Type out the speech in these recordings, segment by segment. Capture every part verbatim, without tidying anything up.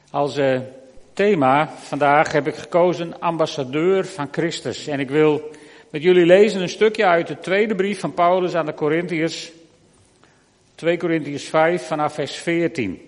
Als uh, thema vandaag heb ik gekozen ambassadeur van Christus. En ik wil met jullie lezen een stukje uit de tweede brief van Paulus aan de Korintiërs. twee Korintiërs vijf vanaf vers veertien.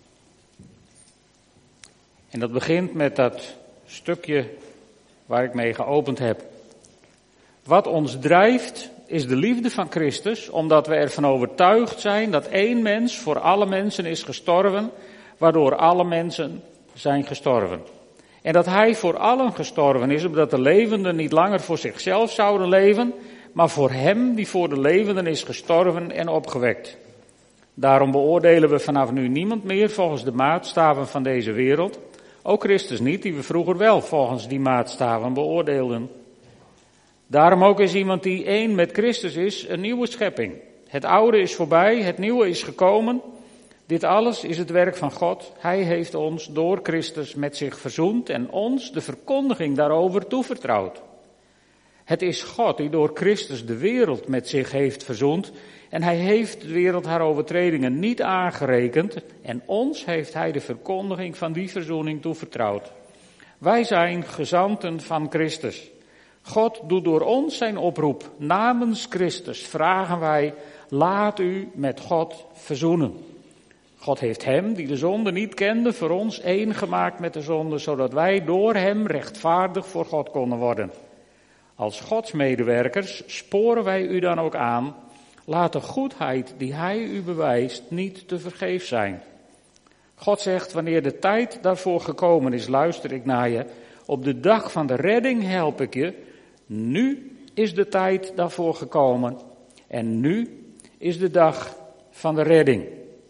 En dat begint met dat stukje waar ik mee geopend heb. Wat ons drijft is de liefde van Christus, omdat we ervan overtuigd zijn dat één mens voor alle mensen is gestorven, waardoor alle mensen zijn gestorven. En dat hij voor allen gestorven is, opdat de levenden niet langer voor zichzelf zouden leven, maar voor hem die voor de levenden is gestorven en opgewekt. Daarom beoordelen we vanaf nu niemand meer volgens de maatstaven van deze wereld. Ook Christus niet, die we vroeger wel volgens die maatstaven beoordeelden. Daarom ook is iemand die één met Christus is, een nieuwe schepping. Het oude is voorbij, het nieuwe is gekomen. Dit alles is het werk van God. Hij heeft ons door Christus met zich verzoend en ons de verkondiging daarover toevertrouwd. Het is God die door Christus de wereld met zich heeft verzoend. En hij heeft de wereld haar overtredingen niet aangerekend. En ons heeft hij de verkondiging van die verzoening toevertrouwd. Wij zijn gezanten van Christus. God doet door ons zijn oproep. Namens Christus vragen wij, laat u met God verzoenen. God heeft hem, die de zonde niet kende, voor ons één gemaakt met de zonde, zodat wij door hem rechtvaardig voor God konden worden. Als Gods medewerkers sporen wij u dan ook aan, laat de goedheid die hij u bewijst niet te vergeefs zijn. God zegt, wanneer de tijd daarvoor gekomen is, luister ik naar je. Op de dag van de redding help ik je. Nu is de tijd daarvoor gekomen. En nu is de dag van de redding.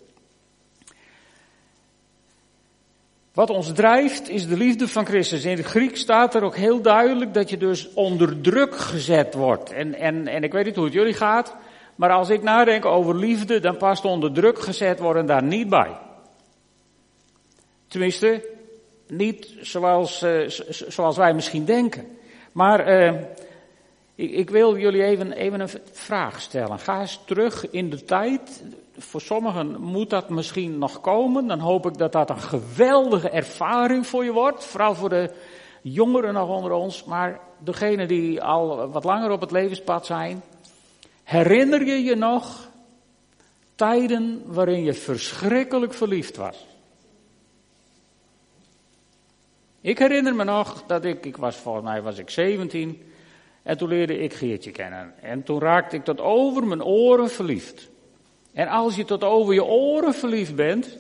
Wat ons drijft is de liefde van Christus. In het Grieks staat er ook heel duidelijk dat je dus onder druk gezet wordt. En, en, en ik weet niet hoe het jullie gaat, maar als ik nadenk over liefde, dan past onder druk gezet worden daar niet bij. Tenminste, niet zoals, uh, zoals wij misschien denken. Maar uh, ik, ik wil jullie even, even een vraag stellen. Ga eens terug in de tijd. Voor sommigen moet dat misschien nog komen. Dan hoop ik dat dat een geweldige ervaring voor je wordt. Vooral voor de jongeren nog onder ons. Maar degenen die al wat langer op het levenspad zijn. Herinner je je nog tijden waarin je verschrikkelijk verliefd was? Ik herinner me nog dat ik, ik was volgens mij was ik zeventien. En toen leerde ik Geertje kennen. En toen raakte ik tot over mijn oren verliefd. En als je tot over je oren verliefd bent,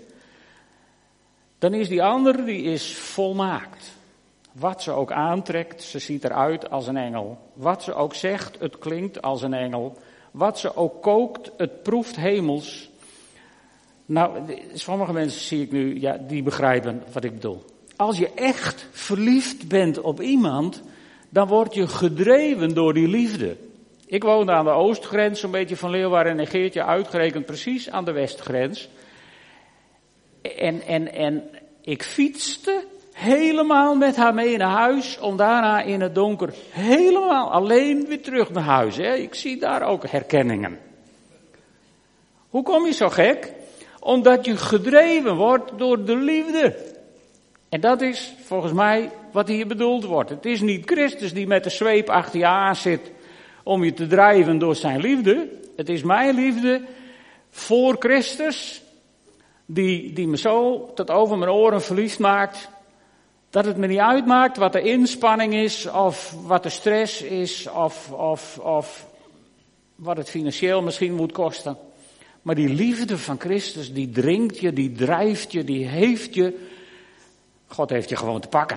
dan is die andere, die is volmaakt. Wat ze ook aantrekt, ze ziet eruit als een engel. Wat ze ook zegt, het klinkt als een engel. Wat ze ook kookt, het proeft hemels. Nou, sommige mensen zie ik nu, ja, die begrijpen wat ik bedoel. Als je echt verliefd bent op iemand, dan word je gedreven door die liefde. Ik woonde aan de oostgrens, zo'n beetje van Leeuwarden en Geertje, uitgerekend precies aan de westgrens. En, en, en ik fietste helemaal met haar mee naar huis, om daarna in het donker helemaal alleen weer terug naar huis. Hè. Ik zie daar ook herkenningen. Hoe kom je zo gek? Omdat je gedreven wordt door de liefde. En dat is volgens mij wat hier bedoeld wordt. Het is niet Christus die met de zweep achter je aan zit om je te drijven door zijn liefde. Het is mijn liefde voor Christus die, die me zo tot over mijn oren verliefd maakt, dat het me niet uitmaakt wat de inspanning is of wat de stress is of, of, of wat het financieel misschien moet kosten. Maar die liefde van Christus, die dringt je, die drijft je, die heeft je. God heeft je gewoon te pakken.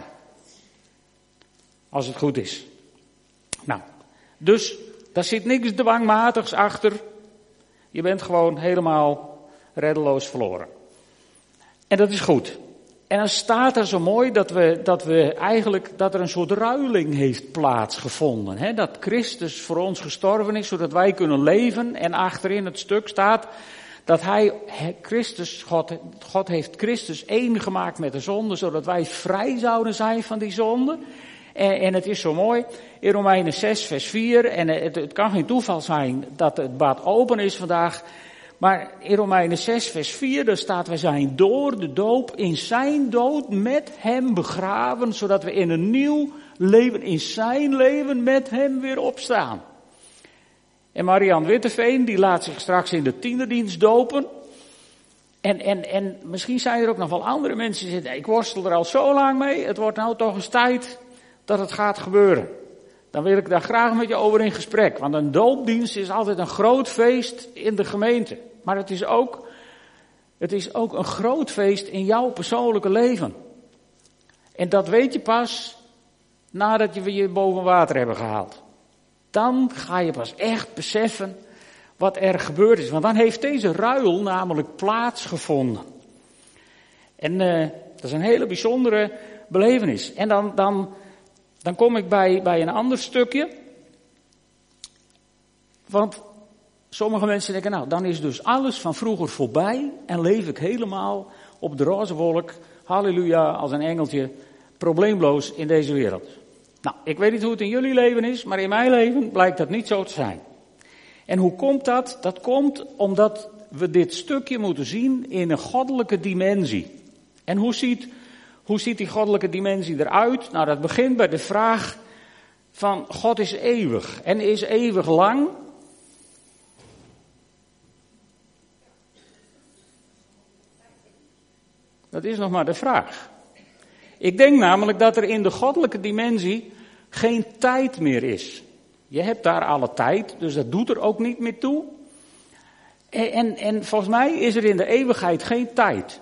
Als het goed is. Nou, dus daar zit niks dwangmatigs achter. Je bent gewoon helemaal reddeloos verloren. En dat is goed. En dan staat er zo mooi dat we, dat we eigenlijk, dat er een soort ruiling heeft plaatsgevonden. Hè? Dat Christus voor ons gestorven is, zodat wij kunnen leven. En achterin het stuk staat dat hij, Christus, God, God heeft Christus één gemaakt met de zonde, zodat wij vrij zouden zijn van die zonde. En, en het is zo mooi, in Romeinen zes vers vier, en het, het kan geen toeval zijn dat het bad open is vandaag, Maar in Romeinen zes vers vier, daar staat, we zijn door de doop in zijn dood met hem begraven, zodat we in een nieuw leven, in zijn leven met hem weer opstaan. En Marianne Witteveen, die laat zich straks in de tienerdienst dopen. En, en, en misschien zijn er ook nog wel andere mensen die zeggen, ik worstel er al zo lang mee, het wordt nou toch eens tijd dat het gaat gebeuren. Dan wil ik daar graag met je over in gesprek. Want een doopdienst is altijd een groot feest in de gemeente. Maar het is ook, het is ook een groot feest in jouw persoonlijke leven. En dat weet je pas nadat je je boven water hebben gehaald. Dan ga je pas echt beseffen wat er gebeurd is. Want dan heeft deze ruil namelijk plaatsgevonden. En uh, dat is een hele bijzondere belevenis. En dan, dan, dan kom ik bij, bij een ander stukje. Want sommige mensen denken, nou, dan is dus alles van vroeger voorbij en leef ik helemaal op de roze wolk, halleluja, als een engeltje, probleemloos in deze wereld. Nou, ik weet niet hoe het in jullie leven is, maar in mijn leven blijkt dat niet zo te zijn. En hoe komt dat? Dat komt omdat we dit stukje moeten zien in een goddelijke dimensie. En hoe ziet, hoe ziet die goddelijke dimensie eruit? Nou, dat begint bij de vraag van God is eeuwig en is eeuwig lang. Dat is nog maar de vraag. Ik denk namelijk dat er in de goddelijke dimensie geen tijd meer is. Je hebt daar alle tijd, dus dat doet er ook niet meer toe. En, en, en volgens mij is er in de eeuwigheid geen tijd.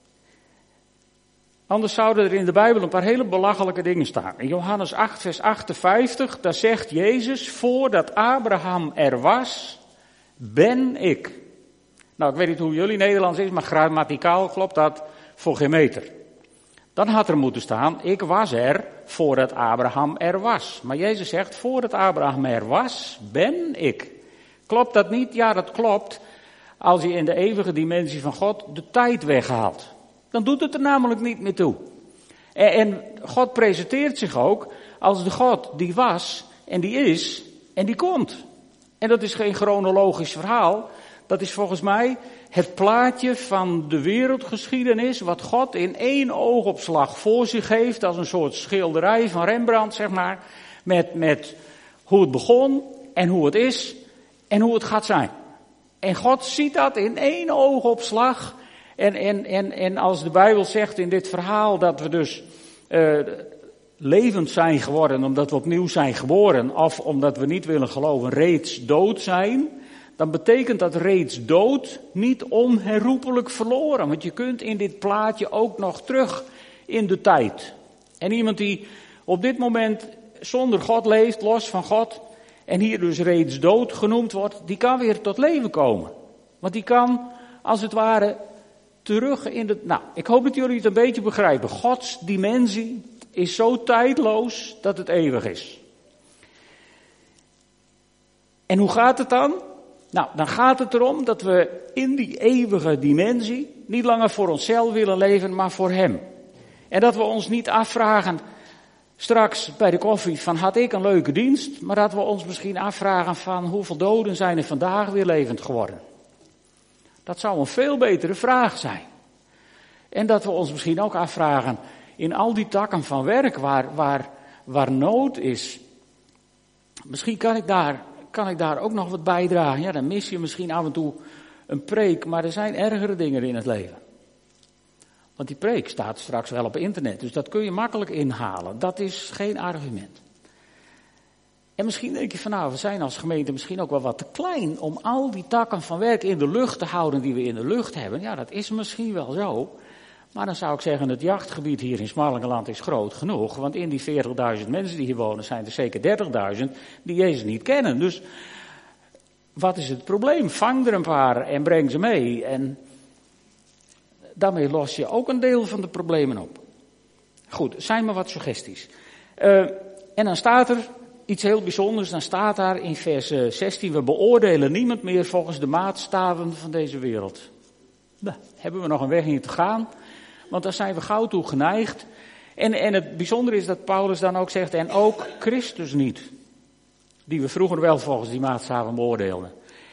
Anders zouden er in de Bijbel een paar hele belachelijke dingen staan. In Johannes acht vers achtenvijftig, daar zegt Jezus, voordat Abraham er was, ben ik. Nou, ik weet niet hoe jullie Nederlands is, maar grammaticaal klopt dat voor geen meter. Dan had er moeten staan, ik was er voordat Abraham er was. Maar Jezus zegt, voordat Abraham er was, ben ik. Klopt dat niet? Ja, dat klopt. Als je in de eeuwige dimensie van God de tijd weghaalt. Dan doet het er namelijk niet meer toe. En, en God presenteert zich ook als de God die was en die is en die komt. En dat is geen chronologisch verhaal. Dat is volgens mij het plaatje van de wereldgeschiedenis, wat God in één oogopslag voor zich heeft, als een soort schilderij van Rembrandt, zeg maar, met, met hoe het begon en hoe het is en hoe het gaat zijn. En God ziet dat in één oogopslag. En, en, en, en als de Bijbel zegt in dit verhaal dat we dus uh, levend zijn geworden omdat we opnieuw zijn geboren, of omdat we niet willen geloven reeds dood zijn, dan betekent dat reeds dood niet onherroepelijk verloren. Want je kunt in dit plaatje ook nog terug in de tijd. En iemand die op dit moment zonder God leeft, los van God, en hier dus reeds dood genoemd wordt, die kan weer tot leven komen. Want die kan, als het ware, terug in de... Nou, ik hoop dat jullie het een beetje begrijpen. Gods dimensie is zo tijdloos dat het eeuwig is. En hoe gaat het dan? Nou, dan gaat het erom dat we in die eeuwige dimensie niet langer voor onszelf willen leven, maar voor Hem. En dat we ons niet afvragen straks bij de koffie van had ik een leuke dienst, maar dat we ons misschien afvragen van hoeveel doden zijn er vandaag weer levend geworden. Dat zou een veel betere vraag zijn. En dat we ons misschien ook afvragen in al die takken van werk waar, waar, waar nood is. Misschien kan ik daar... kan ik daar ook nog wat bijdragen. Ja, dan mis je misschien af en toe een preek, maar er zijn ergere dingen in het leven. Want die preek staat straks wel op internet, dus dat kun je makkelijk inhalen. Dat is geen argument. En misschien denk je van nou, we zijn als gemeente misschien ook wel wat te klein om al die takken van werk in de lucht te houden die we in de lucht hebben. Ja, dat is misschien wel zo. Maar dan zou ik zeggen, het jachtgebied hier in Smallingenland is groot genoeg. Want in die veertigduizend mensen die hier wonen zijn er zeker dertigduizend die Jezus niet kennen. Dus wat is het probleem? Vang er een paar en breng ze mee. En daarmee los je ook een deel van de problemen op. Goed, zijn maar wat suggesties. Uh, en dan staat er iets heel bijzonders. Dan staat daar in vers zestien, we beoordelen niemand meer volgens de maatstaven van deze wereld. Nou, hebben we nog een weg in te gaan? Want daar zijn we gauw toe geneigd. En, en het bijzondere is dat Paulus dan ook zegt, en ook Christus niet. Die we vroeger wel volgens die maatstaven beoordeelden.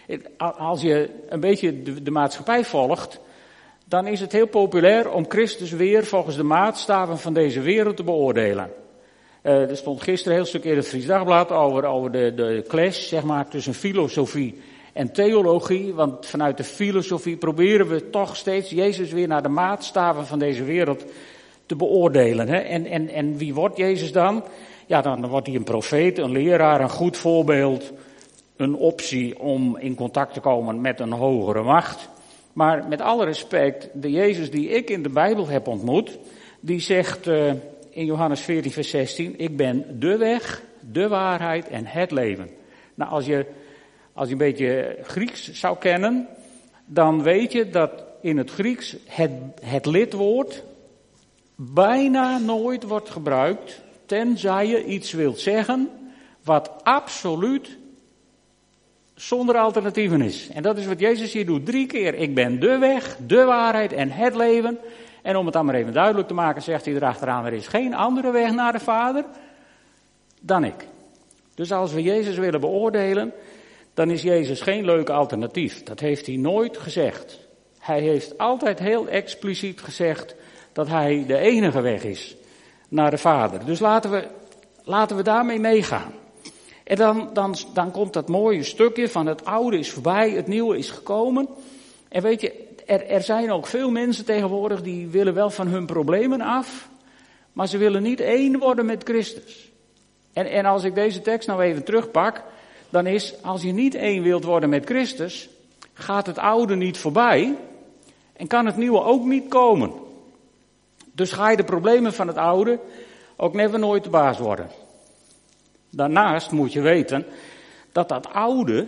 Als je een beetje de, de maatschappij volgt, dan is het heel populair om Christus weer volgens de maatstaven van deze wereld te beoordelen. Uh, er stond gisteren een heel stuk in het Fries Dagblad over, over de, de clash, zeg maar, tussen filosofie en theologie. Want vanuit de filosofie proberen we toch steeds Jezus weer naar de maatstaven van deze wereld te beoordelen. Hè? En, en, en wie wordt Jezus dan? Ja, dan wordt hij een profeet, een leraar, een goed voorbeeld, een optie om in contact te komen met een hogere macht. Maar met alle respect, de Jezus die ik in de Bijbel heb ontmoet, die zegt uh, in Johannes veertien vers zestien, ik ben de weg, de waarheid en het leven. Nou, als je, als je een beetje Grieks zou kennen, dan weet je dat in het Grieks het, het lidwoord bijna nooit wordt gebruikt, tenzij je iets wilt zeggen wat absoluut zonder alternatieven is. En dat is wat Jezus hier doet. Drie keer, ik ben de weg, de waarheid en het leven. En om het dan maar even duidelijk te maken, zegt hij erachteraan, er is geen andere weg naar de Vader dan ik. Dus als we Jezus willen beoordelen, dan is Jezus geen leuk alternatief. Dat heeft hij nooit gezegd. Hij heeft altijd heel expliciet gezegd dat hij de enige weg is naar de Vader. Dus laten we, laten we daarmee meegaan. En dan, dan, dan komt dat mooie stukje van het oude is voorbij, het nieuwe is gekomen. En weet je, er, er zijn ook veel mensen tegenwoordig die willen wel van hun problemen af, maar ze willen niet één worden met Christus. En, en als ik deze tekst nou even terugpak, dan is, als je niet één wilt worden met Christus, gaat het oude niet voorbij en kan het nieuwe ook niet komen. Dus ga je de problemen van het oude ook never nooit de baas worden. Daarnaast moet je weten dat dat oude,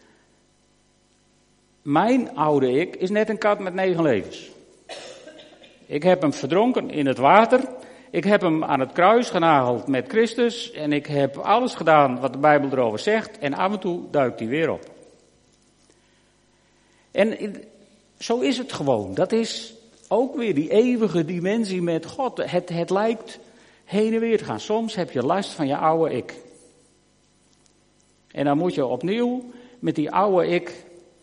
mijn oude ik, is net een kat met negen levens. Ik heb hem verdronken in het water. Ik heb hem aan het kruis genageld met Christus. En ik heb alles gedaan wat de Bijbel erover zegt. En af en toe duikt hij weer op. En zo is het gewoon. Dat is ook weer die eeuwige dimensie met God. Het, het lijkt heen en weer te gaan. Soms heb je last van je oude ik. En dan moet je opnieuw met die oude ik.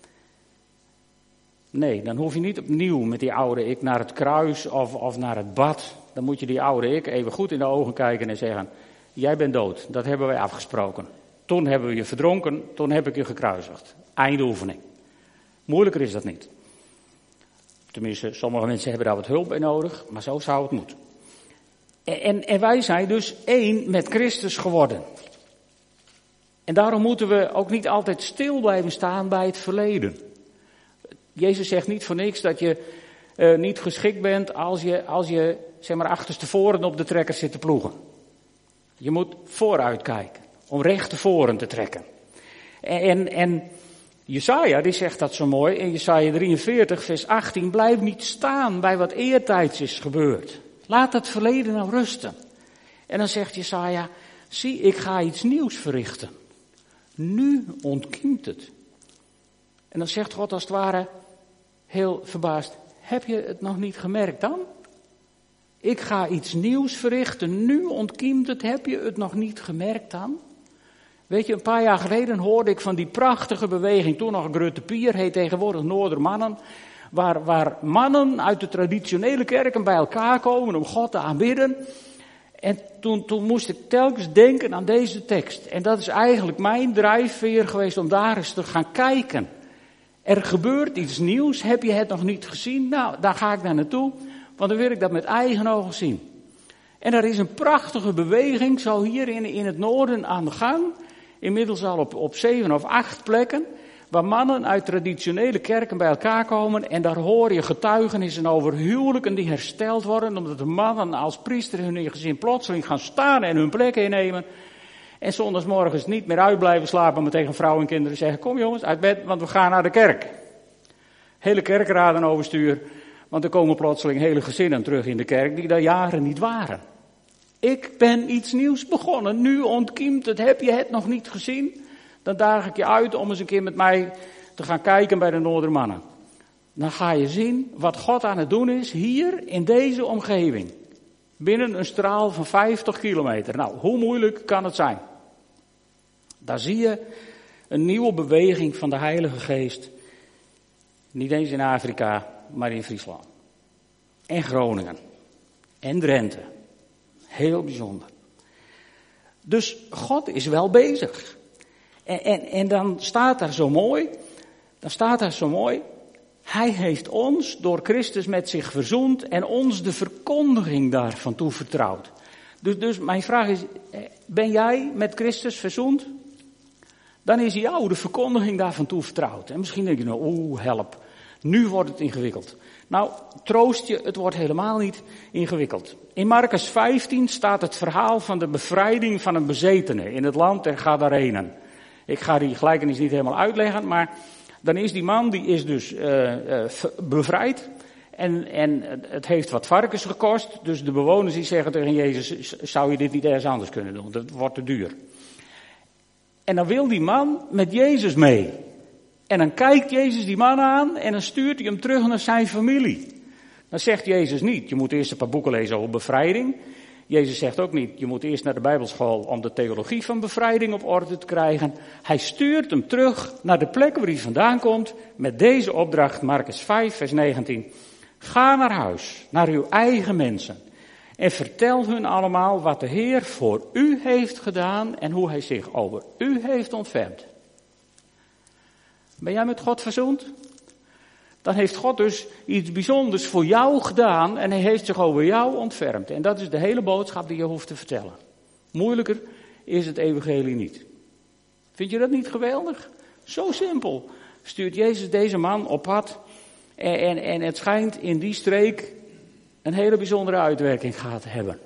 Nee, dan hoef je niet opnieuw met die oude ik naar het kruis of, of naar het bad. Dan moet je die oude ik even goed in de ogen kijken en zeggen, jij bent dood, dat hebben wij afgesproken. Toen hebben we je verdronken, toen heb ik je gekruisigd. Einde oefening. Moeilijker is dat niet. Tenminste, sommige mensen hebben daar wat hulp bij nodig, maar zo zou het moeten. En, en, en wij zijn dus één met Christus geworden. En daarom moeten we ook niet altijd stil blijven staan bij het verleden. Jezus zegt niet voor niks dat je uh, niet geschikt bent als je, als je zeg maar, achterstevoren op de trekker zit te ploegen. Je moet vooruit kijken, om recht tevoren te trekken. En, en Jesaja, die zegt dat zo mooi, in Jesaja drieënveertig, vers achttien, blijf niet staan bij wat eertijds is gebeurd. Laat het verleden nou rusten. En dan zegt Jesaja, zie, ik ga iets nieuws verrichten. Nu ontkiemt het. En dan zegt God als het ware, heel verbaasd, heb je het nog niet gemerkt dan? Ik ga iets nieuws verrichten, nu ontkiemt het, heb je het nog niet gemerkt dan? Weet je, een paar jaar geleden hoorde ik van die prachtige beweging, toen nog Grutte Pier, heet tegenwoordig Noordermannen, waar, waar mannen uit de traditionele kerken bij elkaar komen om God te aanbidden. En toen, toen moest ik telkens denken aan deze tekst. En dat is eigenlijk mijn drijfveer geweest om daar eens te gaan kijken. Er gebeurt iets nieuws, heb je het nog niet gezien? Nou, daar ga ik naar naartoe, want dan wil ik dat met eigen ogen zien. En er is een prachtige beweging, zo hier in, in het noorden aan de gang. Inmiddels al op, op zeven of acht plekken, waar mannen uit traditionele kerken bij elkaar komen. En daar hoor je getuigenissen over huwelijken die hersteld worden, omdat de mannen als priester in hun gezin plotseling gaan staan en hun plek innemen. En zondagsmorgens niet meer uit blijven slapen, maar tegen vrouwen en kinderen zeggen, kom jongens, uit bed, want we gaan naar de kerk. Hele kerkraden overstuur, want er komen plotseling hele gezinnen terug in de kerk die daar jaren niet waren. Ik ben iets nieuws begonnen, nu ontkiemt het, heb je het nog niet gezien? Dan daag ik je uit om eens een keer met mij te gaan kijken bij de Noordermannen. Dan ga je zien wat God aan het doen is hier in deze omgeving. Binnen een straal van vijftig kilometer. Nou, hoe moeilijk kan het zijn? Daar zie je een nieuwe beweging van de Heilige Geest. Niet eens in Afrika, maar in Friesland. En Groningen. En Drenthe. Heel bijzonder. Dus God is wel bezig. En, en, en dan staat daar zo mooi, dan staat daar zo mooi, Hij heeft ons door Christus met zich verzoend en ons de verkondiging daarvan toevertrouwd. Dus, dus mijn vraag is, ben jij met Christus verzoend? Dan is jou de verkondiging daarvan toevertrouwd. En misschien denk je nou, oeh, help, nu wordt het ingewikkeld. Nou, troost je, het wordt helemaal niet ingewikkeld. In Marcus vijftien staat het verhaal van de bevrijding van een bezetene in het land der Gadarenen. Ik ga die gelijkenis niet helemaal uitleggen, maar dan is die man, die is dus uh, uh, bevrijd. En, en het heeft wat varkens gekost, dus de bewoners die zeggen tegen Jezus, zou je dit niet ergens anders kunnen doen, dat wordt te duur. En dan wil die man met Jezus mee. En dan kijkt Jezus die man aan en dan stuurt hij hem terug naar zijn familie. Dan zegt Jezus niet, je moet eerst een paar boeken lezen over bevrijding. Jezus zegt ook niet, je moet eerst naar de Bijbelschool om de theologie van bevrijding op orde te krijgen. Hij stuurt hem terug naar de plek waar hij vandaan komt met deze opdracht, Marcus vijf, vers negentien. Ga naar huis, naar uw eigen mensen en vertel hun allemaal wat de Heer voor u heeft gedaan en hoe hij zich over u heeft ontfermd. Ben jij met God verzoend? Dan heeft God dus iets bijzonders voor jou gedaan en hij heeft zich over jou ontfermd. En dat is de hele boodschap die je hoeft te vertellen. Moeilijker is het evangelie niet. Vind je dat niet geweldig? Zo simpel stuurt Jezus deze man op pad en, en, en het schijnt in die streek een hele bijzondere uitwerking gaat hebben.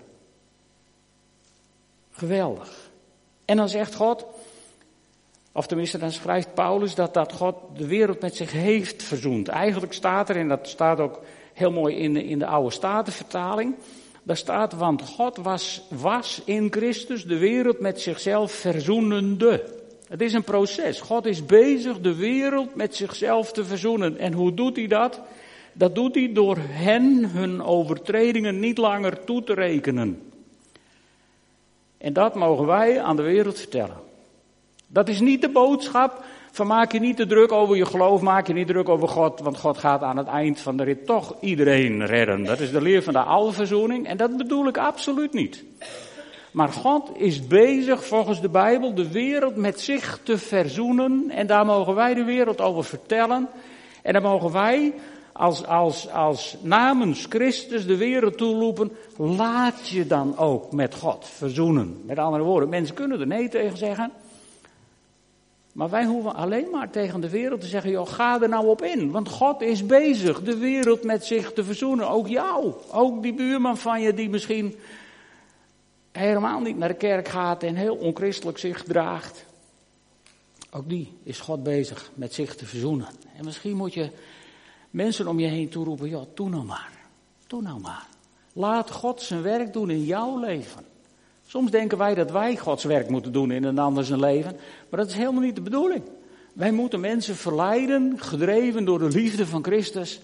Geweldig. En dan zegt God, of tenminste dan schrijft Paulus dat, dat God de wereld met zich heeft verzoend. Eigenlijk staat er, en dat staat ook heel mooi in de, in de oude Statenvertaling, daar staat, want God was, was in Christus de wereld met zichzelf verzoenende. Het is een proces. God is bezig de wereld met zichzelf te verzoenen. En hoe doet hij dat? Dat doet hij door hen hun overtredingen niet langer toe te rekenen. En dat mogen wij aan de wereld vertellen. Dat is niet de boodschap van maak je niet te druk over je geloof, maak je niet druk over God, want God gaat aan het eind van de rit toch iedereen redden. Dat is de leer van de alverzoening en dat bedoel ik absoluut niet. Maar God is bezig volgens de Bijbel de wereld met zich te verzoenen en daar mogen wij de wereld over vertellen. En dan mogen wij als, als, als namens Christus de wereld toeroepen, laat je dan ook met God verzoenen. Met andere woorden, mensen kunnen er nee tegen zeggen. Maar wij hoeven alleen maar tegen de wereld te zeggen, joh, ga er nou op in. Want God is bezig de wereld met zich te verzoenen. Ook jou, ook die buurman van je die misschien helemaal niet naar de kerk gaat en heel onchristelijk zich gedraagt. Ook die is God bezig met zich te verzoenen. En misschien moet je mensen om je heen toeroepen, joh, doe nou maar. Doe nou maar. Laat God zijn werk doen in jouw leven. Soms denken wij dat wij Gods werk moeten doen in een ander zijn leven. Maar dat is helemaal niet de bedoeling. Wij moeten mensen verleiden, gedreven door de liefde van Christus.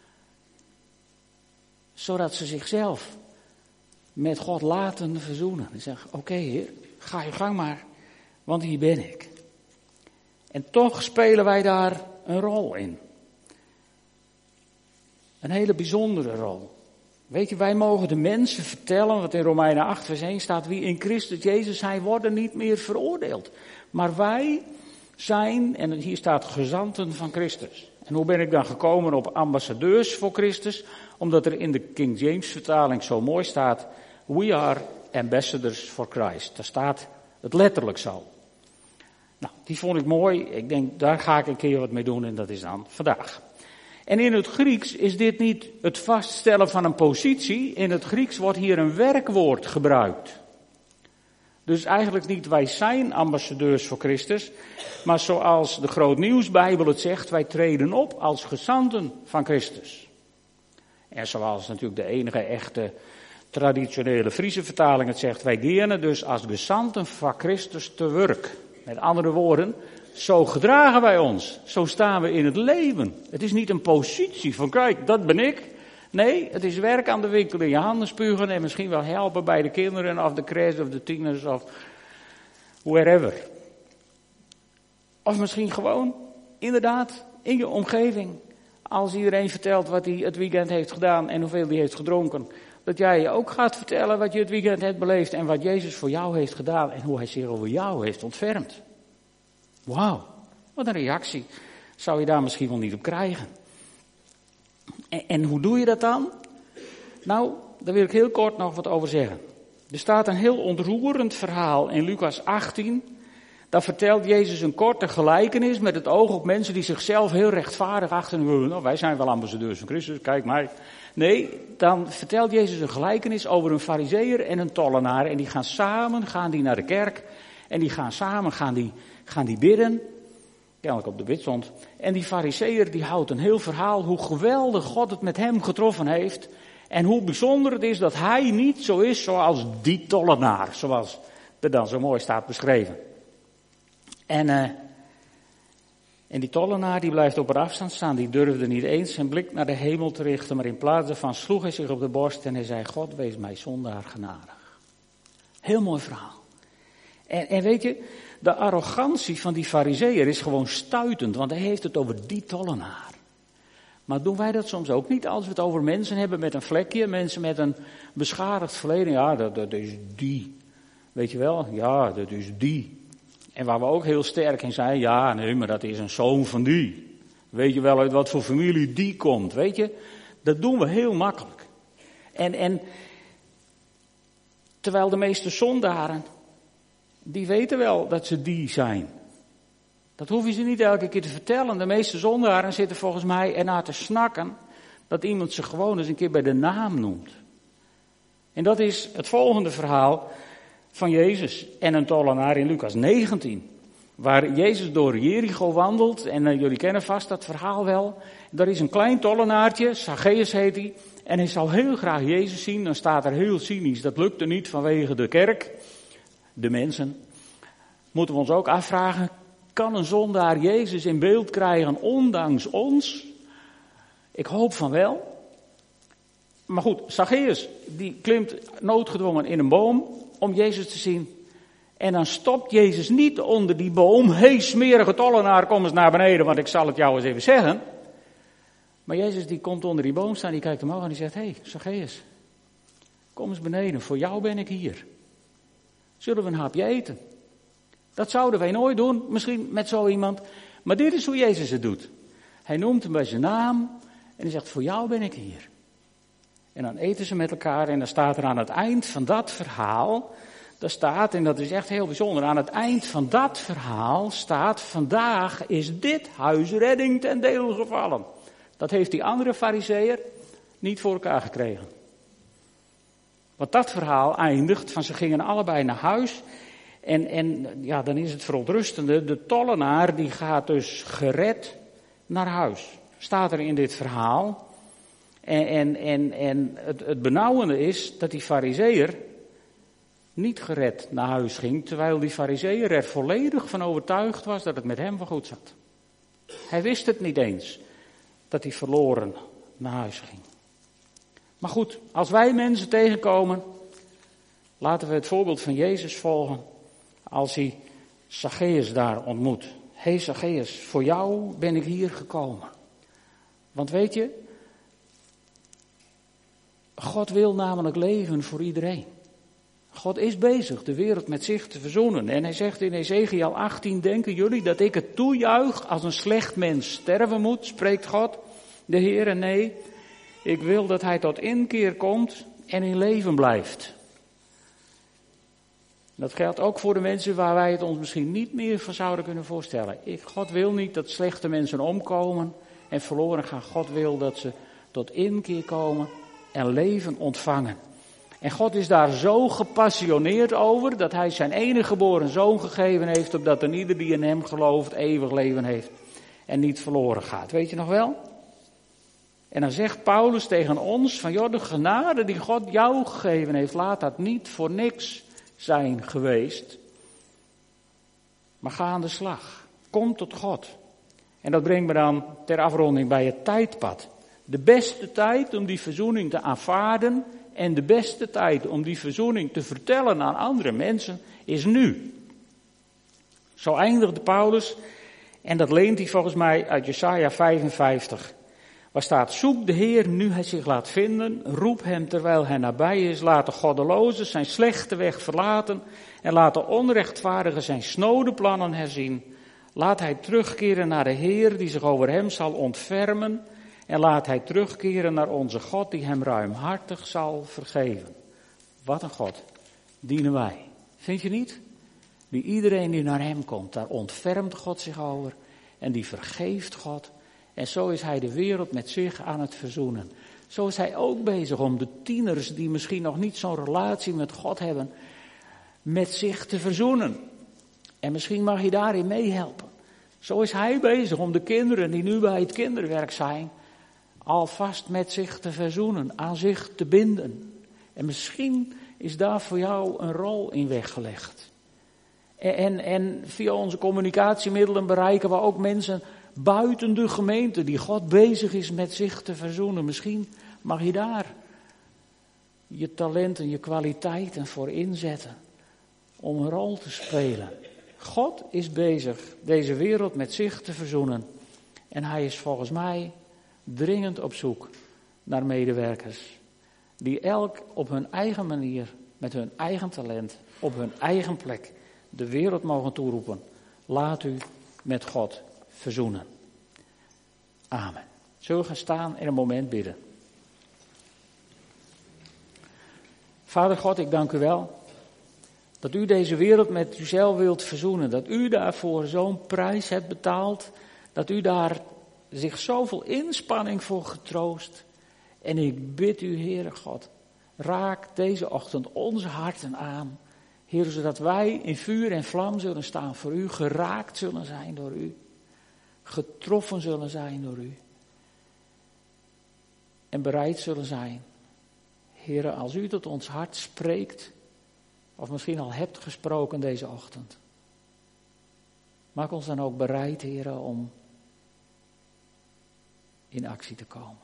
Zodat ze zichzelf met God laten verzoenen. En zeggen, oké okay, Heer, ga je gang maar, want hier ben ik. En toch spelen wij daar een rol in. Een hele bijzondere rol. Weet je, wij mogen de mensen vertellen, wat in Romeinen acht vers één staat, wie in Christus Jezus zijn, worden niet meer veroordeeld. Maar wij zijn, en hier staat gezanten van Christus. En hoe ben ik dan gekomen op ambassadeurs voor Christus? Omdat er in de King James vertaling zo mooi staat, we are ambassadors for Christ. Daar staat het letterlijk zo. Nou, die vond ik mooi. Ik denk, daar ga ik een keer wat mee doen en dat is dan vandaag. En in het Grieks is dit niet het vaststellen van een positie. In het Grieks wordt hier een werkwoord gebruikt. Dus eigenlijk niet wij zijn ambassadeurs voor Christus. Maar zoals de Grootnieuwsbijbel het zegt, wij treden op als gezanten van Christus. En zoals natuurlijk de enige echte traditionele Friese vertaling het zegt, wij gaan dus als gezanten van Christus te werk. Met andere woorden, zo gedragen wij ons. Zo staan we in het leven. Het is niet een positie van kijk, dat ben ik. Nee, het is werk aan de winkel in je handen spugen en misschien wel helpen bij de kinderen of de crash of de tieners of wherever. Of misschien gewoon, inderdaad, in je omgeving. Als iedereen vertelt wat hij het weekend heeft gedaan en hoeveel hij heeft gedronken. Dat jij je ook gaat vertellen wat je het weekend hebt beleefd en wat Jezus voor jou heeft gedaan en hoe hij zich over jou heeft ontfermd. Wauw, wat een reactie zou je daar misschien wel niet op krijgen. En, en hoe doe je dat dan? Nou, daar wil ik heel kort nog wat over zeggen. Er staat een heel ontroerend verhaal in Lucas achttien. Daar vertelt Jezus een korte gelijkenis met het oog op mensen die zichzelf heel rechtvaardig achten. Nou, wij zijn wel ambassadeurs van Christus, kijk mij. Nee, dan vertelt Jezus een gelijkenis over een farizeeër en een tollenaar. En die gaan samen, gaan die naar de kerk. En die gaan samen, gaan die, gaan die bidden. Kennelijk op de bidstond. En die farizeeër die houdt een heel verhaal hoe geweldig God het met hem getroffen heeft. En hoe bijzonder het is dat hij niet zo is zoals die tollenaar. Zoals er dan zo mooi staat beschreven. En, uh, en die tollenaar die blijft op een afstand staan. Die durfde niet eens zijn blik naar de hemel te richten. Maar in plaats daarvan sloeg hij zich op de borst en hij zei: God, wees mij zondaar genadig. Heel mooi verhaal. En, en weet je, de arrogantie van die farizeeër is gewoon stuitend. Want hij heeft het over die tollenaar. Maar doen wij dat soms ook niet als we het over mensen hebben met een vlekje. Mensen met een beschadigd verleden. Ja, dat, dat is die. Weet je wel? Ja, dat is die. En waar we ook heel sterk in zijn, ja, nee, maar dat is een zoon van die. Weet je wel uit wat voor familie die komt, weet je? Dat doen we heel makkelijk. En, en terwijl de meeste zondaren, die weten wel dat ze die zijn. Dat hoef je ze niet elke keer te vertellen. De meeste zondaren zitten volgens mij ernaar te snakken dat iemand ze gewoon eens een keer bij de naam noemt. En dat is het volgende verhaal van Jezus en een tollenaar in Lucas negentien. Waar Jezus door Jericho wandelt. En uh, jullie kennen vast dat verhaal wel. Daar is een klein tollenaartje, Zacchaeus heet hij. En hij zou heel graag Jezus zien. Dan staat er heel cynisch, dat lukte niet vanwege de kerk. De mensen. Moeten we ons ook afvragen, kan een zondaar Jezus in beeld krijgen ondanks ons? Ik hoop van wel. Maar goed, Zacchaeus, die klimt noodgedwongen in een boom om Jezus te zien. En dan stopt Jezus niet onder die boom. Hé, hey, smerige tollenaar, kom eens naar beneden, want ik zal het jou eens even zeggen. Maar Jezus die komt onder die boom staan, die kijkt omhoog en die zegt: hé, hey, Zacchaeus, kom eens beneden, voor jou ben ik hier. Zullen we een hapje eten? Dat zouden wij nooit doen, misschien met zo iemand. Maar dit is hoe Jezus het doet. Hij noemt hem bij zijn naam en hij zegt: voor jou ben ik hier. En dan eten ze met elkaar en dan staat er aan het eind van dat verhaal, daar staat, en dat is echt heel bijzonder, aan het eind van dat verhaal staat: vandaag is dit huis redding ten deel gevallen. Dat heeft die andere farizeeër niet voor elkaar gekregen. Want dat verhaal eindigt van ze gingen allebei naar huis. En, en ja, dan is het verontrustende, de tollenaar die gaat dus gered naar huis. Staat er in dit verhaal. En, en, en, en het, het benauwende is dat die farizeeër niet gered naar huis ging, terwijl die farizeeër er volledig van overtuigd was dat het met hem wel goed zat. Hij wist het niet eens, dat hij verloren naar huis ging. Maar goed, als wij mensen tegenkomen, laten we het voorbeeld van Jezus volgen als hij Zacchaeus daar ontmoet. Hé hey Zacchaeus, voor jou ben ik hier gekomen. Want weet je, God wil namelijk leven voor iedereen. God is bezig de wereld met zich te verzoenen. En hij zegt in Ezekiel achttien, denken jullie dat ik het toejuich als een slecht mens sterven moet, spreekt God, de Heere? Nee, ik wil dat hij tot inkeer komt en in leven blijft. Dat geldt ook voor de mensen waar wij het ons misschien niet meer van zouden kunnen voorstellen. Ik, God wil niet dat slechte mensen omkomen en verloren gaan. God wil dat ze tot inkeer komen en leven ontvangen. En God is daar zo gepassioneerd over dat hij zijn enige geboren zoon gegeven heeft, opdat een ieder die in hem gelooft eeuwig leven heeft en niet verloren gaat. Weet je nog wel? En dan zegt Paulus tegen ons van, joh, de genade die God jou gegeven heeft, laat dat niet voor niks zijn geweest. Maar ga aan de slag. Kom tot God. En dat brengt me dan ter afronding bij het tijdpad. De beste tijd om die verzoening te aanvaarden en de beste tijd om die verzoening te vertellen aan andere mensen is nu. Zo eindigde Paulus En dat leent hij volgens mij uit Jesaja vijfenvijftig. Waar staat, zoek de Heer nu hij zich laat vinden, roep hem terwijl hij nabij is, laat de goddelozen zijn slechte weg verlaten en laat de onrechtvaardigen zijn snode plannen herzien. Laat hij terugkeren naar de Heer die zich over hem zal ontfermen en laat hij terugkeren naar onze God die hem ruimhartig zal vergeven. Wat een God dienen wij. Vind je niet? Die iedereen die naar hem komt, daar ontfermt God zich over en die vergeeft God. En zo is hij de wereld met zich aan het verzoenen. Zo is hij ook bezig om de tieners die misschien nog niet zo'n relatie met God hebben, met zich te verzoenen. En misschien mag je daarin meehelpen. Zo is hij bezig om de kinderen die nu bij het kinderwerk zijn, alvast met zich te verzoenen, aan zich te binden. En misschien is daar voor jou een rol in weggelegd. En, en, en via onze communicatiemiddelen bereiken we ook mensen buiten de gemeente die God bezig is met zich te verzoenen. Misschien mag je daar je talenten, je kwaliteiten voor inzetten om een rol te spelen. God is bezig deze wereld met zich te verzoenen. En hij is volgens mij dringend op zoek naar medewerkers. Die elk op hun eigen manier, met hun eigen talent, op hun eigen plek de wereld mogen toeroepen. Laat u met God verzoenen. Amen. Zullen we gaan staan en een moment bidden. Vader God, ik dank u wel dat u deze wereld met uzelf wilt verzoenen. Dat u daarvoor zo'n prijs hebt betaald. Dat u daar zich zoveel inspanning voor getroost. En ik bid u, Heere God, raak deze ochtend onze harten aan. Heer, zodat wij in vuur en vlam zullen staan voor u, geraakt zullen zijn door u. Getroffen zullen zijn door u. En bereid zullen zijn. Heere, als u tot ons hart spreekt, of misschien al hebt gesproken deze ochtend. Maak ons dan ook bereid, Heere, om in actie te komen.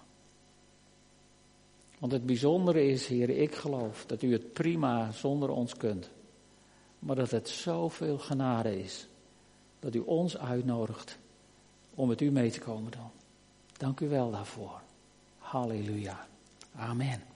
Want het bijzondere is, Heere, ik geloof dat u het prima zonder ons kunt. Maar dat het zoveel genade is, dat u ons uitnodigt om met u mee te komen doen. Dank u wel daarvoor. Halleluja. Amen.